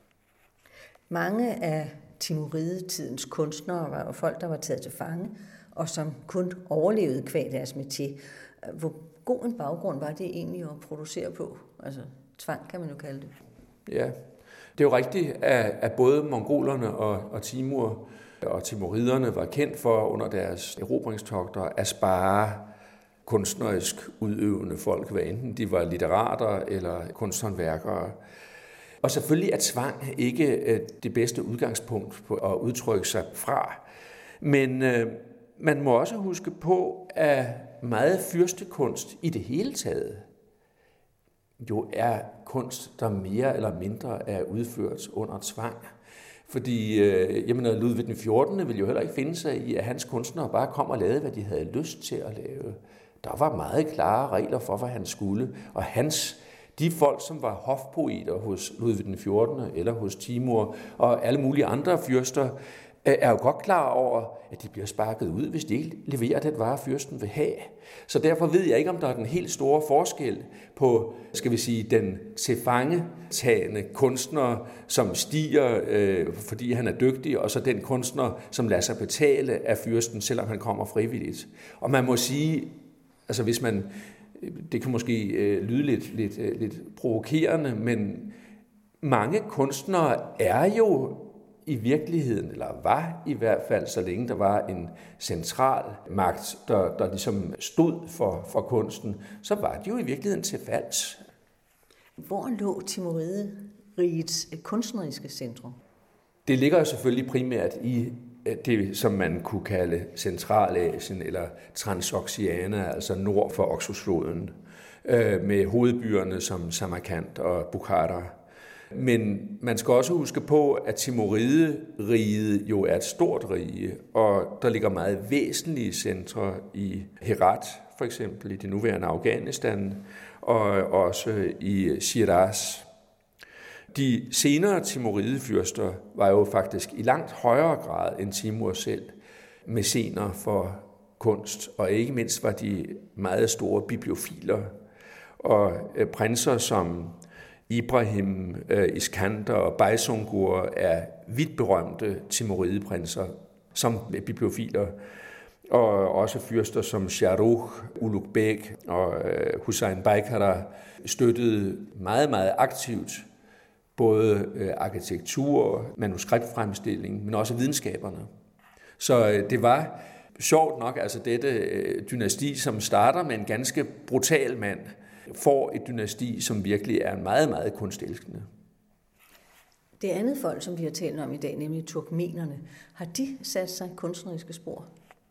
Mange af Timuridetidens kunstnere var jo folk, der var taget til fange, og som kun overlevede qua deres métier. Hvor god en baggrund var det egentlig at producere på? Altså tvang, kan man jo kalde det. Ja, det er jo rigtigt, at, at både mongolerne og, og Timur og timuriderne var kendt for under deres erobringstogter at spare kunstnerisk udøvende folk, hvad enten de var litterater eller kunsthåndværkere. Og selvfølgelig er tvang ikke det bedste udgangspunkt på at udtrykke sig fra. Men øh, man må også huske på, at meget fyrstekunst i det hele taget jo er kunst, der mere eller mindre er udført under tvang. Fordi øh, jamen, Ludvig den fjortende ville jo heller ikke finde sig i, at hans kunstnere bare kom og lavede, hvad de havde lyst til at lave. Der var meget klare regler for, hvad han skulle. Og hans, de folk, som var hofpoeter hos Ludvig den fjortende eller hos Timur og alle mulige andre fyrster, er jo godt klar over, at de bliver sparket ud, hvis de ikke leverer den vare, fyrsten vil have. Så derfor ved jeg ikke, om der er den helt store forskel på, skal vi sige, den tilfangetagende kunstner, som stiger, øh, fordi han er dygtig, og så den kunstner, som lader sig betale af fyrsten, selvom han kommer frivilligt. Og man må sige, altså hvis man, det kan måske øh, lyde lidt, lidt, øh, lidt provokerende, men mange kunstnere er jo i virkeligheden, eller var i hvert fald, så længe der var en central magt, der, der ligesom stod for, for kunsten, så var de jo i virkeligheden til falds. Hvor lå Timurideriget kunstneriske centrum? Det ligger jo selvfølgelig primært i det, som man kunne kalde Centralasien eller Transoxiana, altså nord for Oxusfloden, med hovedbyerne som Samarkand og Bukhara. Men man skal også huske på, at Timurideriget jo er et stort rige, og der ligger meget væsentlige centre i Herat, for eksempel i det nuværende Afghanistan, og også i Shiraz. De senere Timuridefyrster var jo faktisk i langt højere grad end Timur selv mæcener for kunst, og ikke mindst var de meget store bibliofiler. Og prinser som Ibrahim, Iskander og Baysungur er vidt berømte Timurideprinser som bibliofiler, og også fyrster som Shahrukh, Ulugh-Beg og Hussein Baykara støttede meget, meget aktivt både arkitektur, manuskriptfremstilling, men også videnskaberne. Så det var sjovt nok, altså dette dynasti, som starter med en ganske brutal mand, får et dynasti, som virkelig er meget, meget kunstelskende. Det andet folk, som vi har talt om i dag, nemlig turkmenerne, har de sat sig kunstneriske spor?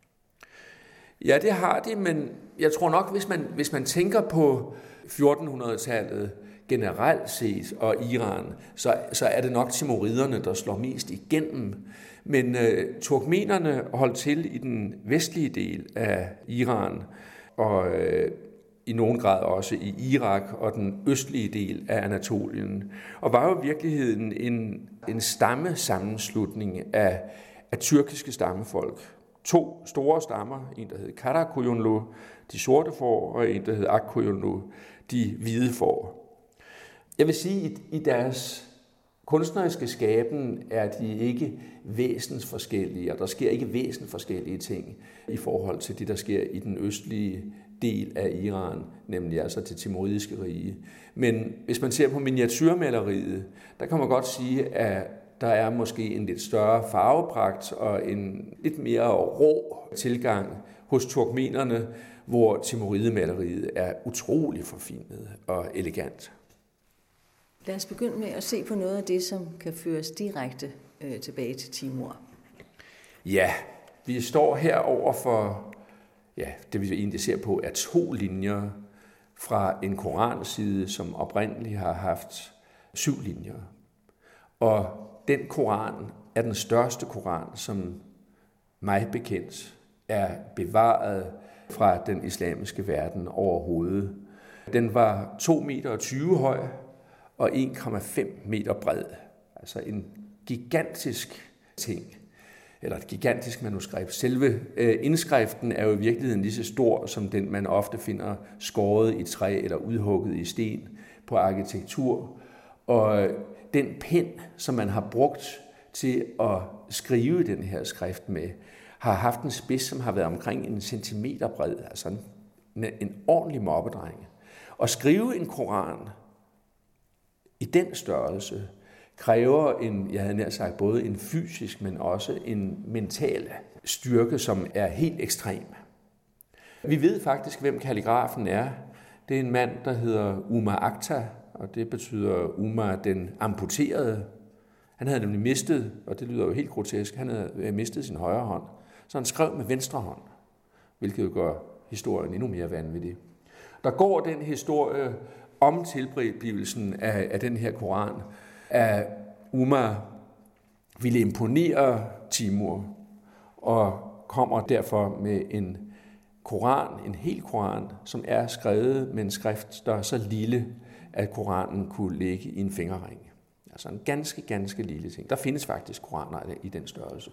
Ja, det har de, men jeg tror nok, hvis man, hvis man tænker på fjortenhundredetallet generelt set og Iran, så, så er det nok timuriderne, der slår mest igennem. Men øh, turkmenerne holdt til i den vestlige del af Iran, og øh, i nogen grad også i Irak og den østlige del af Anatolien, og var jo i virkeligheden en, en stammesammenslutning af, af tyrkiske stammefolk. To store stammer, en der hed Karakoyunlu, de sorte får, og en der hed Akkoyunlu, de hvide får. Jeg vil sige, at i deres kunstneriske skaben er de ikke væsensforskellige, og der sker ikke væsensforskellige ting i forhold til det, der sker i den østlige del af Iran, nemlig altså det timuridiske rige. Men hvis man ser på miniatyrmaleriet, der kan man godt sige, at Der er måske en lidt større farvepragt og en lidt mere rå tilgang hos turkmenerne, hvor timuridemaleriet er utrolig forfinet og elegant. Lad os begynde med at se på noget af det, som kan føres direkte øh, tilbage til Timur. Ja, vi står her over for, ja, det vi egentlig ser på, er to linjer fra en koranside, som oprindeligt har haft syv linjer. Og den koran er den største koran, som mig bekendt er bevaret fra den islamiske verden overhovedet. Den var to meter og tyve høj og en komma fem meter bred. Altså en gigantisk ting, eller et gigantisk manuskript. Selve øh, indskriften er jo i virkeligheden lige så stor, som den man ofte finder skåret i træ eller udhugget i sten på arkitektur. Og den pen, som man har brugt til at skrive den her skrift med, har haft en spids, som har været omkring en centimeter bred, altså en, en ordentlig moppedreng. At skrive en koran i den størrelse kræver en, jeg havde nær sagt, både en fysisk, men også en mental styrke, som er helt ekstrem. Vi ved faktisk, hvem kalligrafen er. Det er en mand, der hedder Umar Akhtar, og det betyder Umar den amputerede. Han havde nemlig mistet, og det lyder jo helt grotesk, han havde mistet sin højre hånd. Så han skrev med venstre hånd, hvilket jo gør historien endnu mere vanvittig. Der går den historie om tilblivelsen af, af den her koran, at Umar ville imponere Timur, og kommer derfor med en koran, en hel koran, som er skrevet med en skrift, der er så lille, at koranen kunne ligge i en fingerring. Altså en ganske, ganske lille ting. Der findes faktisk koraner i den størrelse.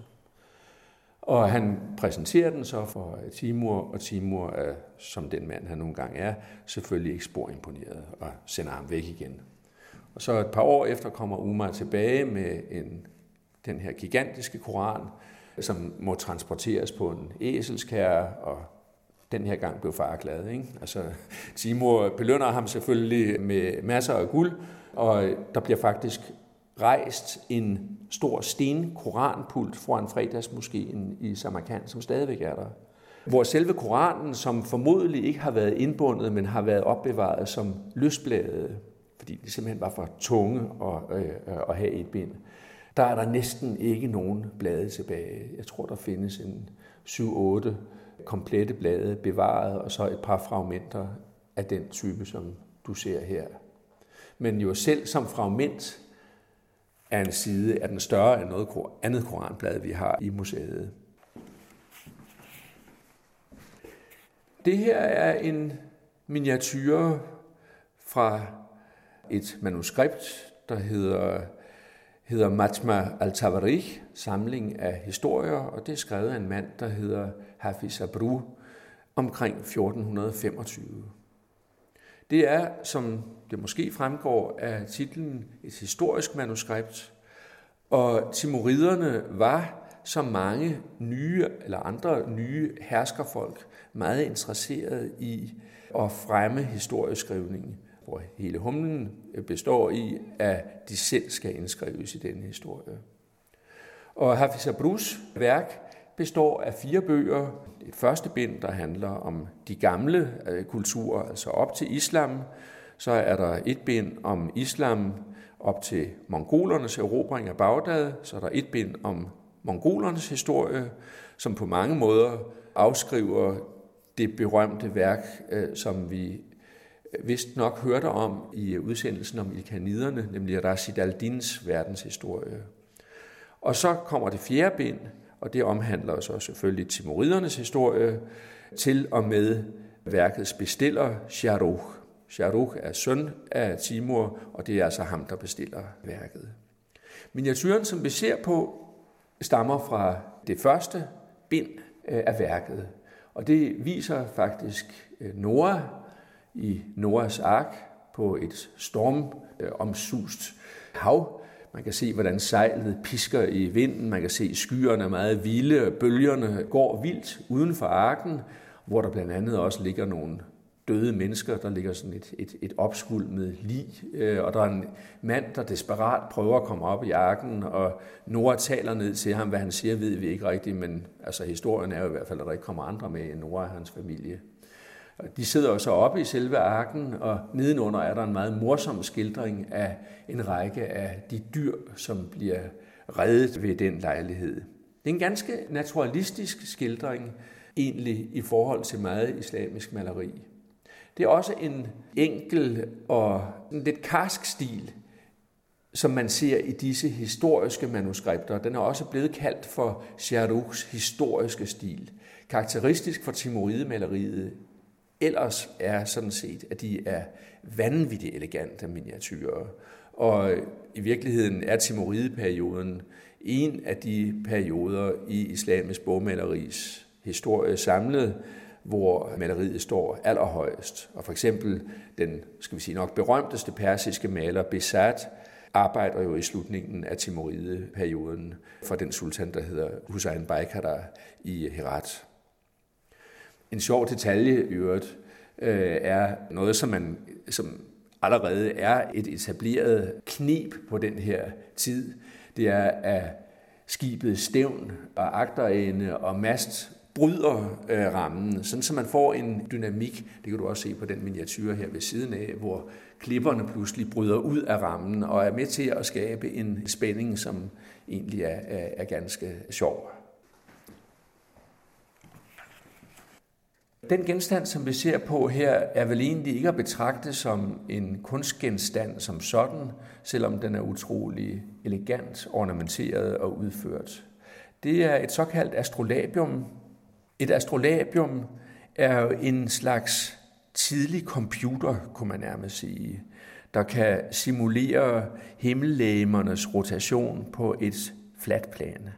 Og han præsenterer den så for Timur, og Timur er, som den mand han nogle gange er, selvfølgelig ikke spor imponeret og sender ham væk igen. Og så et par år efter kommer Umar tilbage med en, den her gigantiske koran, som må transporteres på en æselskærre, og den her gang blev far glad. Ikke? Altså, Timur belønner ham selvfølgelig med masser af guld, og der bliver faktisk rejst en stor sten-koranpult foran fredagsmoskeen i Samarkand, som stadigvæk er der. Hvor selve koranen, som formodentlig ikke har været indbundet, men har været opbevaret som løsblade, fordi de simpelthen var for tunge at, øh, at have i et bind, der er der næsten ikke nogen blade tilbage. Jeg tror, der findes en syv otte komplette blade bevaret, og så et par fragmenter af den type, som du ser her. Men jo selv som fragment af en side er den større end noget andet koranblad, vi har i museet. Det her er en miniature fra et manuskript, der hedder, hedder Majma al-Tawarikh, samling af historier, og det er skrevet af en mand, der hedder Hafiz Abru, omkring fjorten femogtyve. Det er, som det måske fremgår af titlen, et historisk manuskript, og timuriderne var, som mange nye eller andre nye herskerfolk, meget interesseret i at fremme historieskrivningen, hvor hele humlen består i, at de selv skal indskrives i denne historie. Og Hafiz Abrus værk består af fire bøger. Et første bind, der handler om de gamle kulturer, altså op til islam. Så er der et bind om islam op til mongolernes erobring af Bagdad. Så er der et bind om mongolernes historie, som på mange måder afskriver det berømte værk, som vi vist nok hørte om i udsendelsen om ilkhaniderne, nemlig Rashid al-Dins verdenshistorie. Og så kommer det fjerde bind, og det omhandler så selvfølgelig timuridernes historie, til og med værkets bestiller, Shah Rukh. Shah Rukh er søn af Timur, og det er altså ham, der bestiller værket. Miniaturen, som vi ser på, stammer fra det første bind af værket, og det viser faktisk Noah i Noahs ark på et stormomsust hav. Man kan se, hvordan sejlet pisker i vinden. Man kan se, at skyerne er meget vilde. Bølgerne går vildt uden for arken, hvor der blandt andet også ligger nogle døde mennesker, der ligger sådan et, et, et opsvulmet lig, øh, og der er en mand, der desperat prøver at komme op i arken, og Nora taler ned til ham. Hvad han siger, ved vi ikke rigtigt, men altså, historien er jo i hvert fald, at der ikke kommer andre med end Nora og hans familie. De sidder også oppe i selve arken, og nedenunder er der en meget morsom skildring af en række af de dyr, som bliver reddet ved den lejlighed. Det er en ganske naturalistisk skildring, egentlig i forhold til meget islamisk maleri. Det er også en enkel og en lidt karsk stil, som man ser i disse historiske manuskripter. Den er også blevet kaldt for Cherrouks historiske stil. Karakteristisk for Timuride-maleriet ellers er sådan set, at de er vanvittigt elegante miniatyrer. Og i virkeligheden er Timuride-perioden en af de perioder i islamisk bogmaleris historie samlet, hvor maleriet står allerhøjest. Og for eksempel den, skal vi sige nok, berømteste persiske maler Besat arbejder jo i slutningen af Timuride-perioden for den sultan, der hedder Hussein Baykara i Herat. En sjov detalje i øvrigt øh, er noget, som, man, som allerede er et etableret kneb på den her tid. Det er, at skibet stævn og agterende og mast bryder øh, rammen, sådan så man får en dynamik. Det kan du også se på den miniature her ved siden af, hvor klipperne pludselig bryder ud af rammen og er med til at skabe en spænding, som egentlig er, er, er ganske sjov. Den genstand, som vi ser på her, er vel egentlig ikke at betragte som en kunstgenstand som sådan, selvom den er utrolig elegant, ornamenteret og udført. Det er et såkaldt astrolabium. Et astrolabium er jo en slags tidlig computer, kunne man nærmest sige, der kan simulere himmellegemernes rotation på et fladt plan.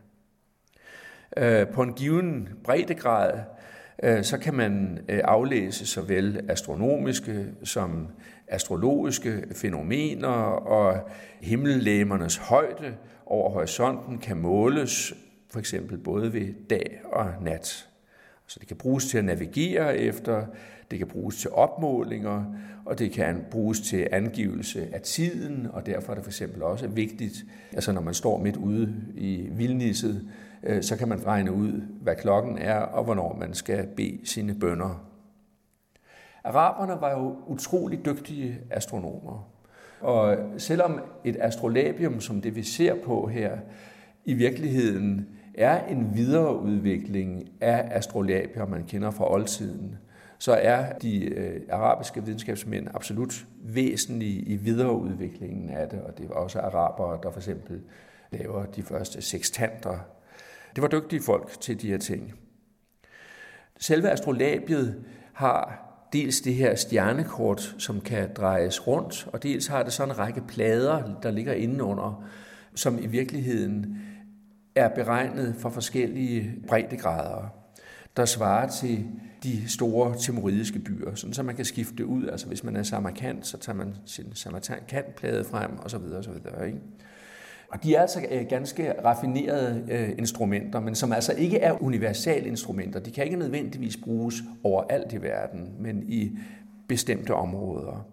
På en given breddegrad så kan man aflæse såvel astronomiske som astrologiske fænomener, og himmellegemernes højde over horisonten kan måles, for eksempel både ved dag og nat. Så det kan bruges til at navigere efter, det kan bruges til opmålinger, og det kan bruges til angivelse af tiden, og derfor er det for eksempel også vigtigt, altså når man står midt ude i vildnisset, så kan man regne ud, hvad klokken er, og hvornår man skal bede sine bønner. Araberne var jo utrolig dygtige astronomer, og selvom et astrolabium, som det vi ser på her, i virkeligheden er en videreudvikling af astrolabier, man kender fra oldtiden, så er de øh, arabiske videnskabsmænd absolut væsentlige i videreudviklingen af det, og det var også arabere, der for eksempel laver de første sextanter. Det var dygtige folk til de her ting. Selve astrolabiet har dels det her stjernekort, som kan drejes rundt, og dels har det sådan en række plader, der ligger indenunder, som i virkeligheden er beregnet for forskellige breddegrader, der svarer til de store timuridiske byer, sådan så man kan skifte det ud. Altså hvis man er samarkand, så tager man sin samarkandplade frem, og så videre, og så videre, ikke? Og de er altså ganske raffinerede øh, instrumenter, men som altså ikke er universale instrumenter. De kan ikke nødvendigvis bruges overalt i verden, men i bestemte områder.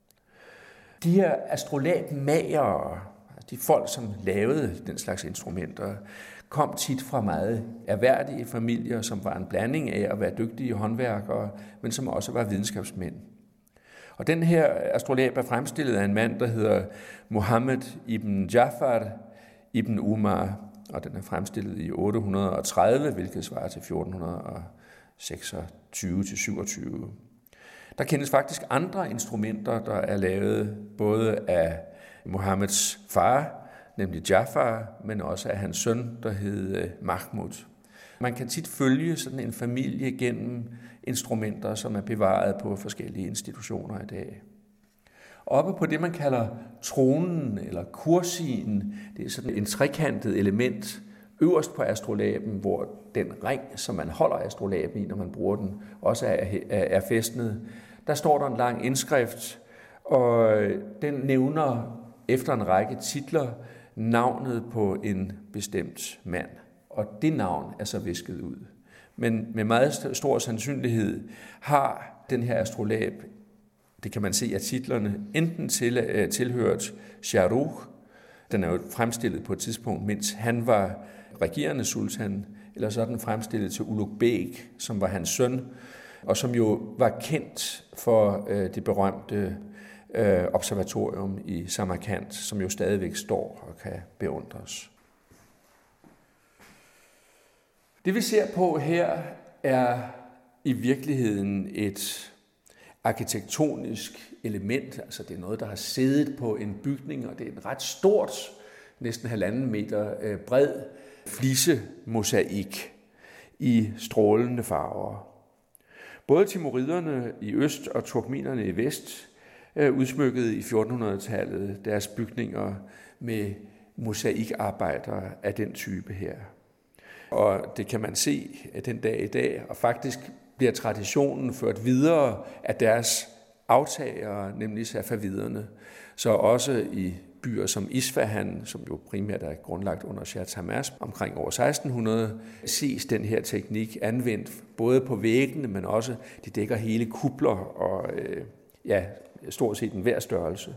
De her astrolabmagere, de folk, som lavede den slags instrumenter, kom tit fra meget erhverdige familier, som var en blanding af at være dygtige håndværkere, men som også var videnskabsmænd. Og den her astrolab er fremstillet af en mand, der hedder Mohammed ibn Jafar ibn Umar, og den er fremstillet i otte hundrede og tredive, hvilket svarer til fjorten seksogtyve til syvogtyve. Der kendes faktisk andre instrumenter, der er lavet både af Mohammeds far, nemlig Jafar, men også af hans søn, der hed Mahmud. Man kan tit følge sådan en familie gennem instrumenter, som er bevaret på forskellige institutioner i dag. Oppe på det, man kalder tronen eller kursien, det er sådan en trekantet element øverst på astrolaben, hvor den ring, som man holder astrolaben i, når man bruger den, også er, er, er fæstnet. Der står der en lang indskrift, og den nævner efter en række titler navnet på en bestemt mand. Og det navn er så visket ud. Men med meget stor sandsynlighed har den her astrolab, det kan man se af titlerne, enten til, tilhørt Shahrukh, den er jo fremstillet på et tidspunkt, mens han var regerende sultan, eller så er den fremstillet til Ulugh Beg, som var hans søn, og som jo var kendt for øh, det berømte øh, observatorium i Samarkand, som jo stadigvæk står og kan beundres. Det vi ser på her er i virkeligheden et arkitektonisk element, altså det er noget, der har siddet på en bygning, og det er en ret stort, næsten halvanden meter øh, bred flisemosaik i strålende farver. Både timuriderne i øst og turkmenerne i vest øh, udsmykkede i fjortenhundredetallet deres bygninger med mosaikarbejder af den type her. Og det kan man se den dag i dag, og faktisk bliver traditionen ført videre af deres aftagere, nemlig safaviderne. Så også i byer som Isfahan, som jo primært er grundlagt under Shah Tahmasp omkring år seksten hundrede, ses den her teknik anvendt både på væggene, men også de dækker hele kupler og øh, ja, stort set enhver størrelse.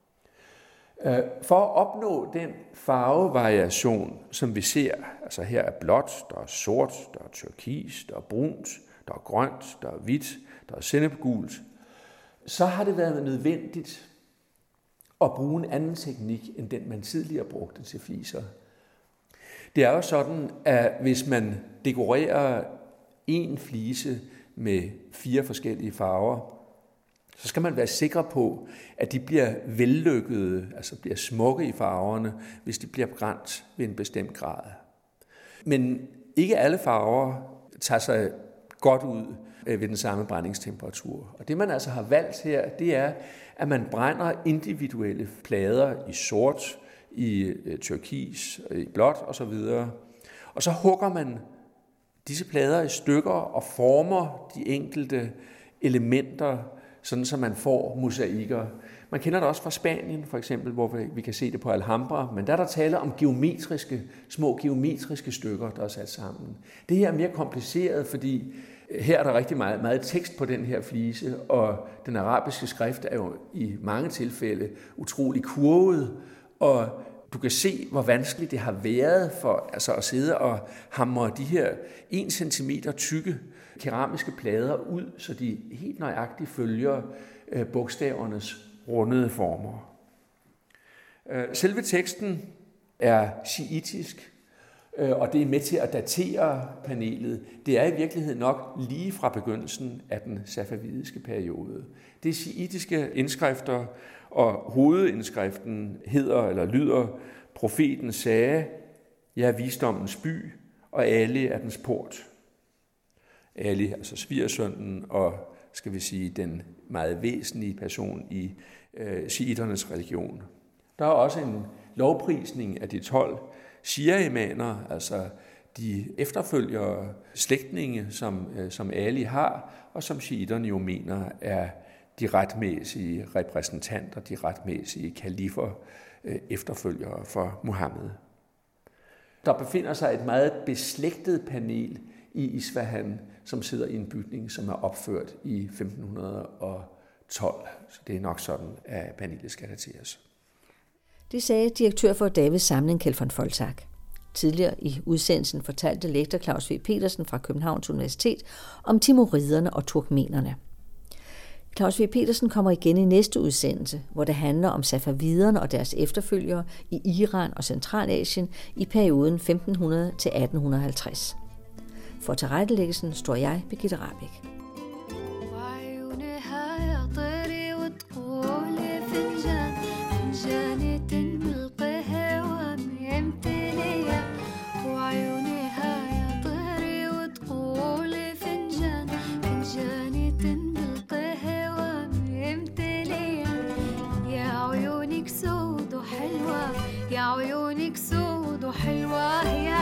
For at opnå den farvevariation, som vi ser, altså her er blåt, der er sort, der er turkis, der er brunt, der er grønt, der er hvidt, der er sennepgult, så har det været nødvendigt at bruge en anden teknik, end den man tidligere brugte til fliser. Det er jo sådan, at hvis man dekorerer en flise med fire forskellige farver, så skal man være sikker på, at de bliver vellykkede, altså bliver smukke i farverne, hvis de bliver brændt ved en bestemt grad. Men ikke alle farver tager sig godt ud ved den samme brændingstemperatur. Og det man altså har valgt her, det er, at man brænder individuelle plader i sort, i turkis, i blåt osv. Og så hugger man disse plader i stykker og former de enkelte elementer, sådan så man får mosaikker. Man kender det også fra Spanien, for eksempel, hvor vi kan se det på Alhambra, men der er der tale om geometriske, små geometriske stykker, der er sat sammen. Det her er mere kompliceret, fordi her er der rigtig meget, meget tekst på den her flise, og den arabiske skrift er jo i mange tilfælde utrolig kurvet, og du kan se, hvor vanskeligt det har været for altså at sidde og hamre de her en centimeter tykke keramiske plader ud, så de helt nøjagtigt følger øh, bogstavernes rundede former. Øh, selve teksten er shiitisk, øh, og det er med til at datere panelet. Det er i virkeligheden nok lige fra begyndelsen af den safavidiske periode. Det er shiitiske indskrifter, og hovedindskriften hedder eller lyder: profeten sagde, jeg er visdommens by, og Ali er dens port. Ali, altså svigersønnen, og skal vi sige, den meget væsentlige person i øh, shiiternes religion. Der er også en lovprisning af de tolv shia-imaner, altså de efterfølgere slægtninge, som, øh, som Ali har, og som shiiterne jo mener er de retmæssige repræsentanter, de retmæssige kalifer, øh, efterfølgere for Muhammed. Der befinder sig et meget beslægtet panel i Isfahan, som sidder i en bygning, som er opført i femten tolv. Så det er nok sådan, at panelet skal dateres. Det sagde direktør for Davids Samling, Kjeld von Foltag. Tidligere i udsendelsen fortalte lektor Claus V. Petersen fra Københavns Universitet om timuriderne og turkmenerne. Claus V. Petersen kommer igen i næste udsendelse, hvor det handler om safaviderne og deres efterfølgere i Iran og Centralasien i perioden femten hundrede til atten halvtreds. For tilrettelæggelsen står jeg, Birgitte Rahbek. يا عيونك سود وحلوة يا